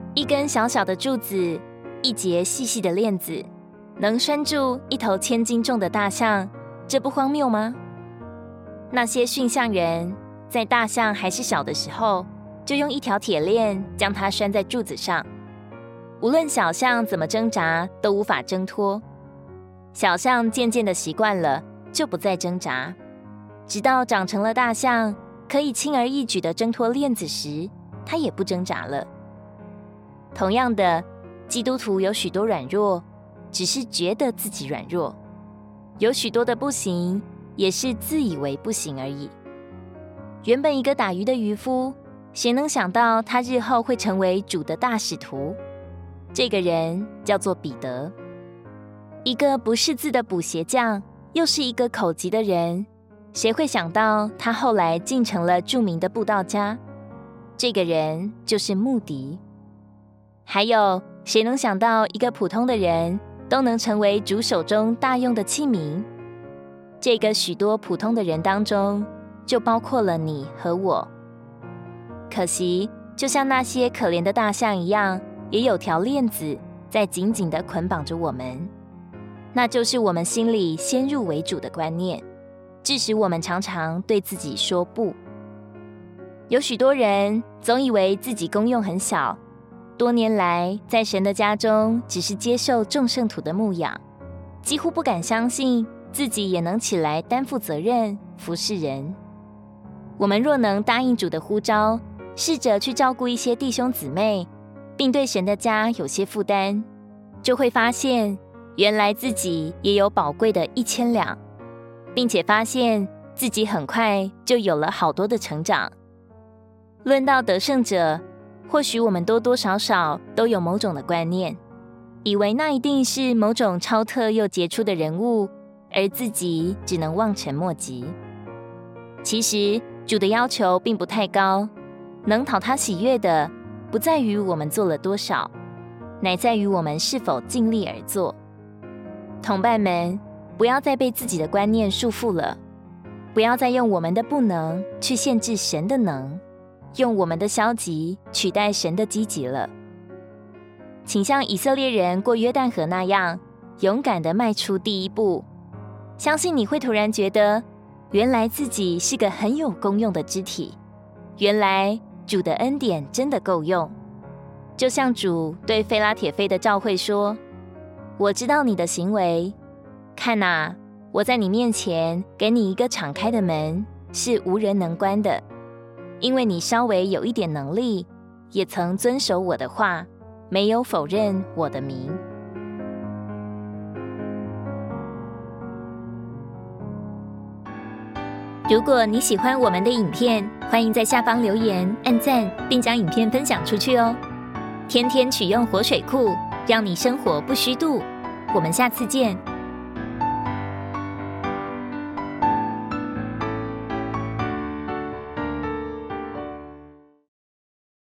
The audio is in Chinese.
一根小小的柱子，一节细细的链子，能拴住一头1000斤重的大象，这不荒谬吗？那些驯象人在大象还是小的时候，就用一条铁链将它拴在柱子上，无论小象怎么挣扎，都无法挣脱。小象渐渐地习惯了，就不再挣扎，直到长成了大象，可以轻而易举地挣脱链子时，它也不挣扎了。同样的，基督徒有许多软弱，只是觉得自己软弱；有许多的不行，也是自以为不行而已。原本一个打鱼的渔夫，谁能想到他日后会成为主的大使徒？这个人叫做彼得。一个不识字的补鞋匠，又是一个口疾的人，谁会想到他后来竟成了著名的布道家？这个人就是穆迪。还有谁能想到一个普通的人都能成为主手中大用的器皿？这个许多普通的人当中，就包括了你和我。可惜，就像那些可怜的大象一样，也有条链子在紧紧地捆绑着我们，那就是我们心里先入为主的观念，致使我们常常对自己说不。有许多人总以为自己功用很小，多年来在神的家中只是接受众圣徒的牧养，几乎不敢相信自己也能起来担负责任，服侍人。我们若能答应主的呼召，试着去照顾一些弟兄姊妹，并对神的家有些负担，就会发现原来自己也有宝贵的1000两，并且发现自己很快就有了好多的成长。论到得胜者，或许我们多多少少都有某种的观念，以为那一定是某种超特又杰出的人物，而自己只能望尘莫及。其实主的要求并不太高，能讨他喜悦的，不在于我们做了多少，乃在于我们是否尽力而做。同伴们，不要再被自己的观念束缚了，不要再用我们的不能去限制神的能，用我们的消极取代神的积极了。请像以色列人过约旦河那样，勇敢地迈出第一步。相信你会突然觉得，原来自己是个很有功用的肢体，原来主的恩典真的够用。就像主对非拉铁非的教会说，我知道你的行为，看啊，我在你面前给你一个敞开的门，是无人能关的，因为你稍微有一点能力，也曾遵守我的话，没有否认我的名。如果你喜欢我们的影片，欢迎在下方留言、按赞，并将影片分享出去哦。天天取用活水库，让你生活不虚度。我们下次见。